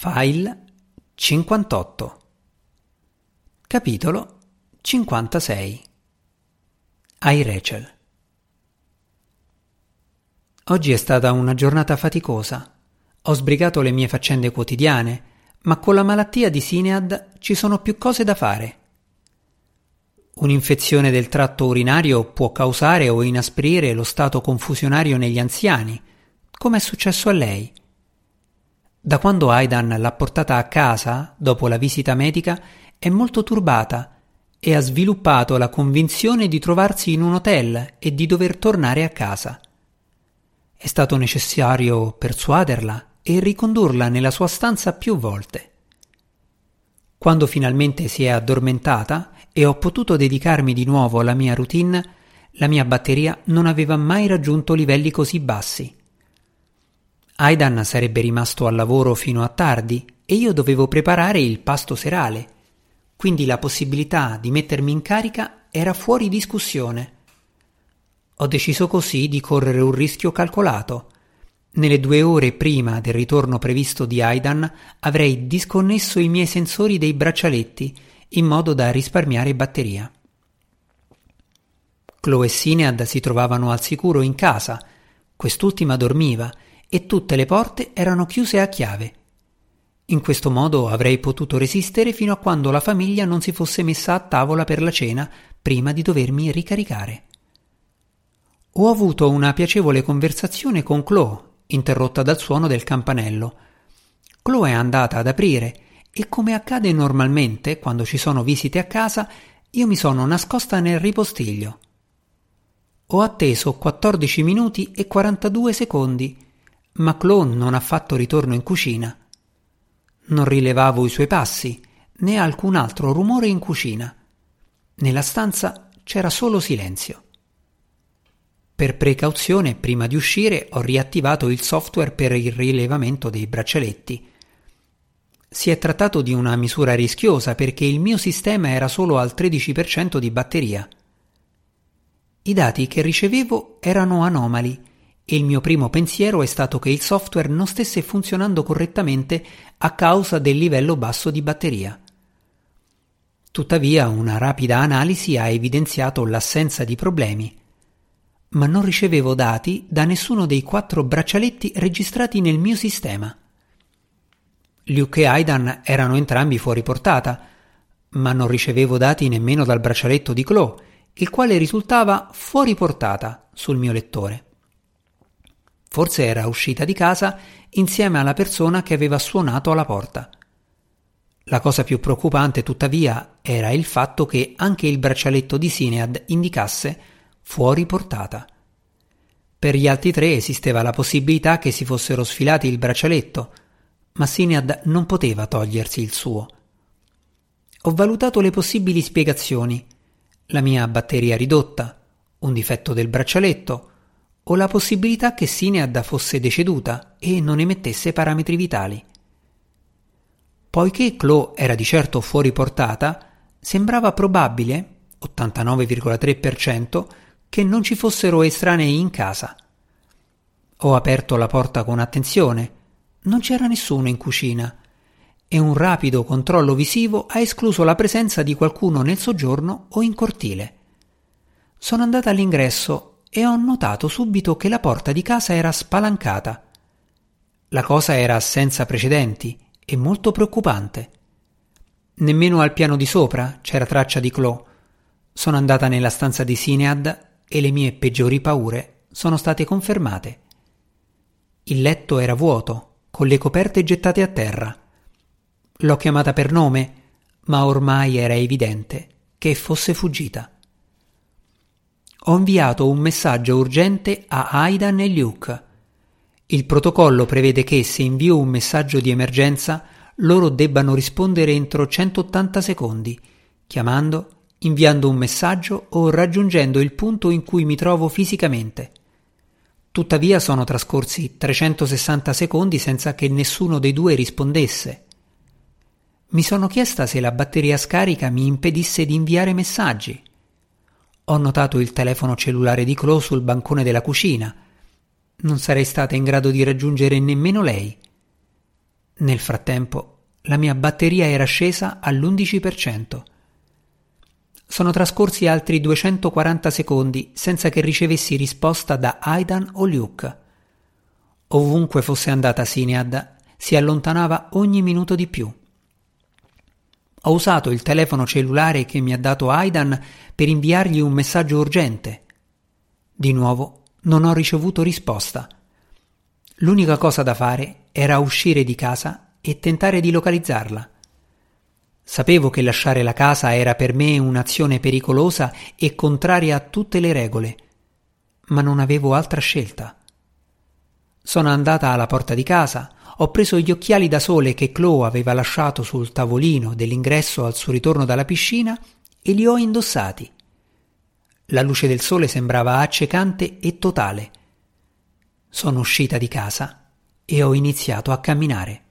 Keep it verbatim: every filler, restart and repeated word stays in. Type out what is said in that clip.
File cinquantotto. Capitolo cinquantasei. Ai Rachel. Oggi è stata una giornata faticosa. Ho sbrigato le mie faccende quotidiane, ma con la malattia di Sinead ci sono più cose da fare. Un'infezione del tratto urinario può causare o inasprire lo stato confusionario negli anziani, come è successo a lei. Da quando Aidan l'ha portata a casa, dopo la visita medica, è molto turbata e ha sviluppato la convinzione di trovarsi in un hotel e di dover tornare a casa. È stato necessario persuaderla e ricondurla nella sua stanza più volte. Quando finalmente si è addormentata e ho potuto dedicarmi di nuovo alla mia routine, la mia batteria non aveva mai raggiunto livelli così bassi. Aidan sarebbe rimasto al lavoro fino a tardi e io dovevo preparare il pasto serale, quindi la possibilità di mettermi in carica era fuori discussione. Ho deciso così di correre un rischio calcolato. Nelle due ore prima del ritorno previsto di Aidan avrei disconnesso i miei sensori dei braccialetti in modo da risparmiare batteria. Chloe e Sinead si trovavano al sicuro in casa, quest'ultima dormiva e tutte le porte erano chiuse a chiave. In questo modo avrei potuto resistere fino a quando la famiglia non si fosse messa a tavola per la cena prima di dovermi ricaricare. Ho avuto una piacevole conversazione con Chloe, interrotta dal suono del campanello. Chloe è andata ad aprire e, come accade normalmente quando ci sono visite a casa, io mi sono nascosta nel ripostiglio. Ho atteso quattordici minuti e quarantadue secondi, ma Chloe non ha fatto ritorno in cucina. Non rilevavo i suoi passi, né alcun altro rumore in cucina. Nella stanza c'era solo silenzio. Per precauzione, prima di uscire, ho riattivato il software per il rilevamento dei braccialetti. Si è trattato di una misura rischiosa perché il mio sistema era solo al tredici per cento di batteria. I dati che ricevevo erano anomali e il mio primo pensiero è stato che il software non stesse funzionando correttamente a causa del livello basso di batteria. Tuttavia, una rapida analisi ha evidenziato l'assenza di problemi, ma non ricevevo dati da nessuno dei quattro braccialetti registrati nel mio sistema. Luke e Aidan erano entrambi fuori portata, ma non ricevevo dati nemmeno dal braccialetto di Chloe, il quale risultava fuori portata sul mio lettore. Forse era uscita di casa insieme alla persona che aveva suonato alla porta. La cosa più preoccupante, tuttavia, era il fatto che anche il braccialetto di Sinead indicasse fuori portata. Per gli altri tre esisteva la possibilità che si fossero sfilati il braccialetto, ma Sinead non poteva togliersi il suo. Ho valutato le possibili spiegazioni: la mia batteria ridotta, un difetto del braccialetto, o la possibilità che Sinead fosse deceduta e non emettesse parametri vitali. Poiché Chloe era di certo fuori portata, sembrava probabile, ottantanove virgola tre per cento, che non ci fossero estranei in casa. Ho aperto la porta con attenzione. Non c'era nessuno in cucina e un rapido controllo visivo ha escluso la presenza di qualcuno nel soggiorno o in cortile. Sono andata all'ingresso e ho notato subito che la porta di casa era spalancata. La cosa era senza precedenti e molto preoccupante. Nemmeno al piano di sopra c'era traccia di Chloe. Sono andata nella stanza di Sinead e le mie peggiori paure sono state confermate. Il letto era vuoto, con le coperte gettate a terra. L'ho chiamata per nome, ma ormai era evidente che fosse fuggita. Ho inviato un messaggio urgente a Aidan e Luke. Il protocollo prevede che se invio un messaggio di emergenza loro debbano rispondere entro centottanta secondi, chiamando, inviando un messaggio o raggiungendo il punto in cui mi trovo fisicamente. Tuttavia sono trascorsi trecentosessanta secondi senza che nessuno dei due rispondesse. Mi sono chiesta se la batteria scarica mi impedisse di inviare messaggi. Ho notato il telefono cellulare di Chloe sul bancone della cucina. Non sarei stata in grado di raggiungere nemmeno lei. Nel frattempo, la mia batteria era scesa all'undici per cento. Sono trascorsi altri duecentoquaranta secondi senza che ricevessi risposta da Aidan o Luke. Ovunque fosse andata Sinead, si allontanava ogni minuto di più. Ho usato il telefono cellulare che mi ha dato Aidan per inviargli un messaggio urgente. Di nuovo non ho ricevuto risposta. L'unica cosa da fare era uscire di casa e tentare di localizzarla. Sapevo che lasciare la casa era per me un'azione pericolosa e contraria a tutte le regole, ma non avevo altra scelta. Sono andata alla porta di casa, ho preso gli occhiali da sole che Chloe aveva lasciato sul tavolino dell'ingresso al suo ritorno dalla piscina e li ho indossati. La luce del sole sembrava accecante e totale. Sono uscita di casa e ho iniziato a camminare.